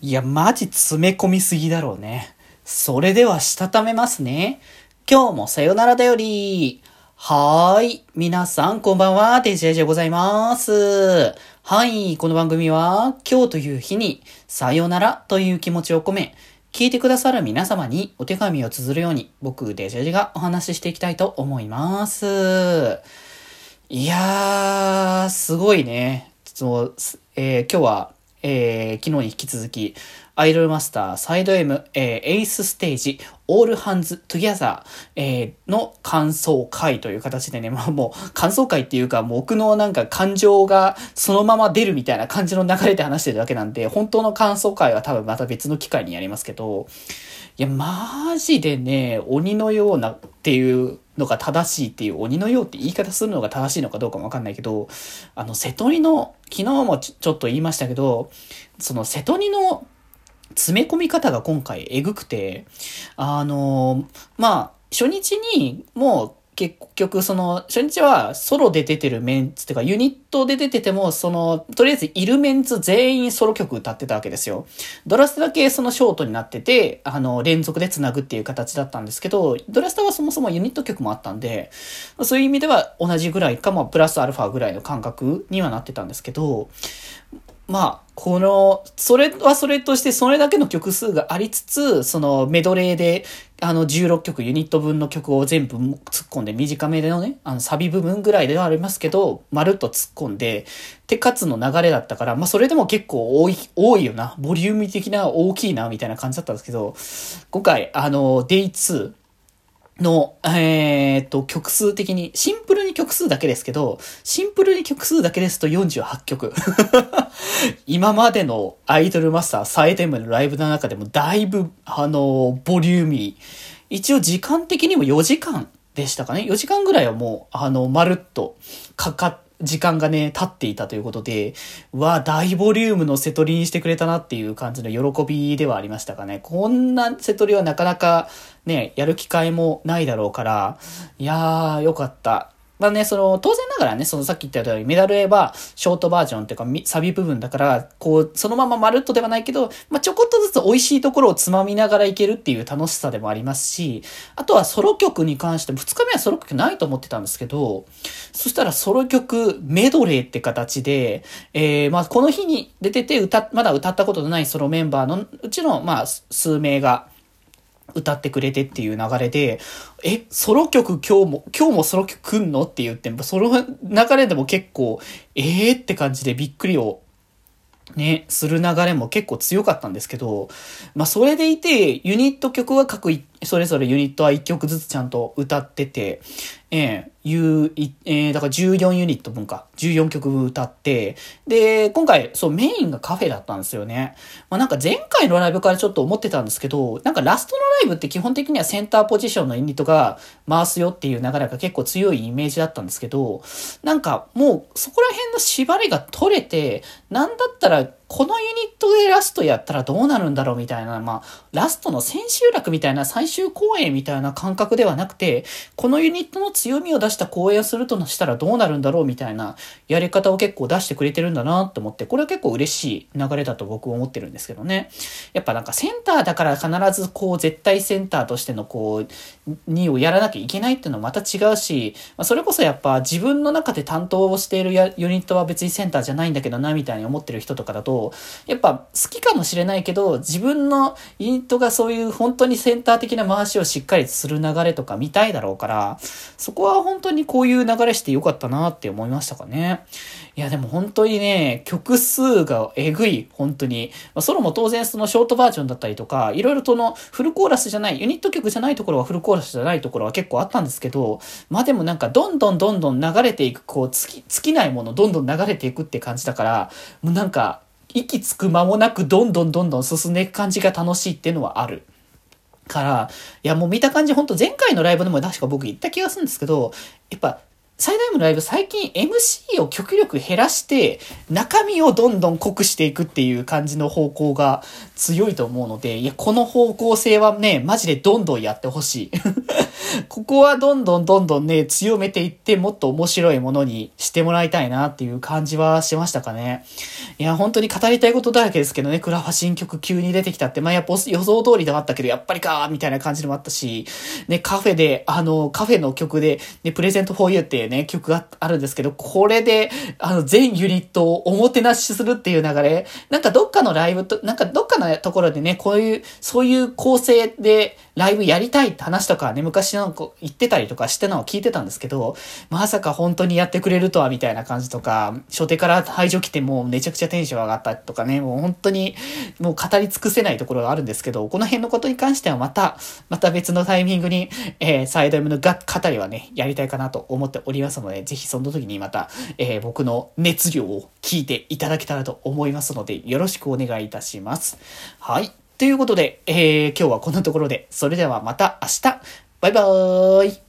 いや、マジ詰め込みすぎだろうね。それでは、したためますね。今日もさよならだより。はーい。皆さん、こんばんは。デジェジでございます。はい。この番組は、今日という日に、さよならという気持ちを込め、聞いてくださる皆様にお手紙を綴るように、僕、デジェジがお話ししていきたいと思います。いやー、すごいね。今日は、昨日に引き続き、アイドルマスターサイド M、エースステージ、オールハンズトゥギャザー、の感想会という形でね、もう感想会っていうか、もう僕のなんか感情がそのまま出るみたいな感じの流れで話してるだけなんで、本当の感想会は多分また別の機会にやりますけど、いや、マジでね、鬼のようなっていうのが正しいっていう、鬼のようって言い方するのが正しいのかどうかもわかんないけど、瀬戸利の、昨日もちょっと言いましたけど、その瀬戸利の詰め込み方が今回えぐくて、初日にもう結局初日はソロで出てるメンツっていうかユニットで出ててもとりあえずいるメンツ全員ソロ曲歌ってたわけですよ。ドラスタだけショートになってて、連続で繋ぐっていう形だったんですけど、ドラスタはそもそもユニット曲もあったんで、そういう意味では同じぐらいか、プラスアルファぐらいの感覚にはなってたんですけど、それはそれとしてそれだけの曲数がありつつ、メドレーで、16曲ユニット分の曲を全部突っ込んで短めでのね、サビ部分ぐらいではありますけど、まるっと突っ込んで、かつの流れだったから、それでも結構多いよな、ボリューム的な大きいな、みたいな感じだったんですけど、今回、デイ2、の、曲数的に、シンプルに曲数だけですけど、シンプルに曲数だけですと48曲。今までのアイドルマスターサイド Mのライブの中でもだいぶ、ボリューミー。一応時間的にも4時間でしたかね。4時間ぐらいはもう、まるっと時間がね、経っていたということで、大ボリュームのセトリにしてくれたなっていう感じの喜びではありましたかね。こんなセトリはなかなかね、やる機会もないだろうから、いやー、よかった。当然ながらね、さっき言ったようにメダル A はショートバージョンっていうかサビ部分だから、そのまままるっとではないけど、ちょこっとずつ美味しいところをつまみながらいけるっていう楽しさでもありますし、あとはソロ曲に関しても、2日目はソロ曲ないと思ってたんですけど、そしたらソロ曲メドレーって形で、この日に出ててまだ歌ったことのないソロメンバーのうちの、数名が、歌ってくれてっていう流れで、ソロ曲今日もソロ曲来んのって言って、その流れでも結構、って感じでびっくりをね、する流れも結構強かったんですけど、それでいて、ユニット曲はそれぞれユニットは1曲ずつちゃんと歌ってて、だから14ユニット分か。14曲分歌って、で、今回、メインがカフェだったんですよね。なんか前回のライブからちょっと思ってたんですけど、なんかラストのライブって基本的にはセンターポジションのユニットが回すよっていう流れが結構強いイメージだったんですけど、なんかもうそこら辺の縛りが取れて、なんだったらこのユニットでラストやったらどうなるんだろうみたいな、ラストの千秋楽みたいな最終公演みたいな感覚ではなくて、このユニットの強みを出した公演をするとしたらどうなるんだろうみたいなやり方を結構出してくれてるんだなと思って、これは結構嬉しい流れだと僕は思ってるんですけどね。やっぱなんかセンターだから必ず絶対センターとしての2をやらなきゃいけないっていうのはまた違うし、それこそやっぱ自分の中で担当をしているユニットは別にセンターじゃないんだけどなみたいに思ってる人とかだと、やっぱ好きかもしれないけど、自分のユニットがそういう本当にセンター的な回しをしっかりする流れとか見たいだろうから、そこは本当にこういう流れしてよかったなって思いましたかね。いやでも本当にね、曲数がえぐい、本当に。ソロも当然そのショートバージョンだったりとか、いろいろとフルコーラスじゃない、ユニット曲じゃないところはフルコーラスじゃないところは結構あったんですけど、でもなんかどんどん流れていく、尽きないものどんどん流れていくって感じだから、もうなんか、息つく間もなくどんどん進んでいく感じが楽しいっていうのはある。から、いやもう見た感じ本当前回のライブでも確か僕言った気がするんですけど、やっぱ最大のライブ最近 MC を極力減らして中身をどんどん濃くしていくっていう感じの方向が強いと思うので、いや、この方向性はね、マジでどんどんやってほしい。ここはどんどんね、強めていってもっと面白いものにしてもらいたいなっていう感じはしましたかね。いや、本当に語りたいことだらけですけどね、クラファ新曲急に出てきたって、まあやっぱ予想通りではあったけど、やっぱりかみたいな感じでもあったし、ね、カフェの曲で、ね、プレゼントフォーユーっていうね、曲があるんですけど、これで、全ユニットをおもてなしするっていう流れ、なんかどっかのライブと、なんかどっかのところでね、そういう構成でライブやりたいって話とかね、昔なんか言ってたりとかしてのを聞いてたんですけど、まさか本当にやってくれるとはみたいな感じとか、初手から排除来てもうめちゃくちゃテンション上がったとかね、もう本当にもう語り尽くせないところがあるんですけど、この辺のことに関してはまた別のタイミングに、サイド M の語りはね、やりたいかなと思っておりますので、ぜひその時にまた、僕の熱量を聞いていただけたらと思いますので、よろしくお願いいたします。はい。ということで、今日はこんなところで、それではまた明日、バイバーイ。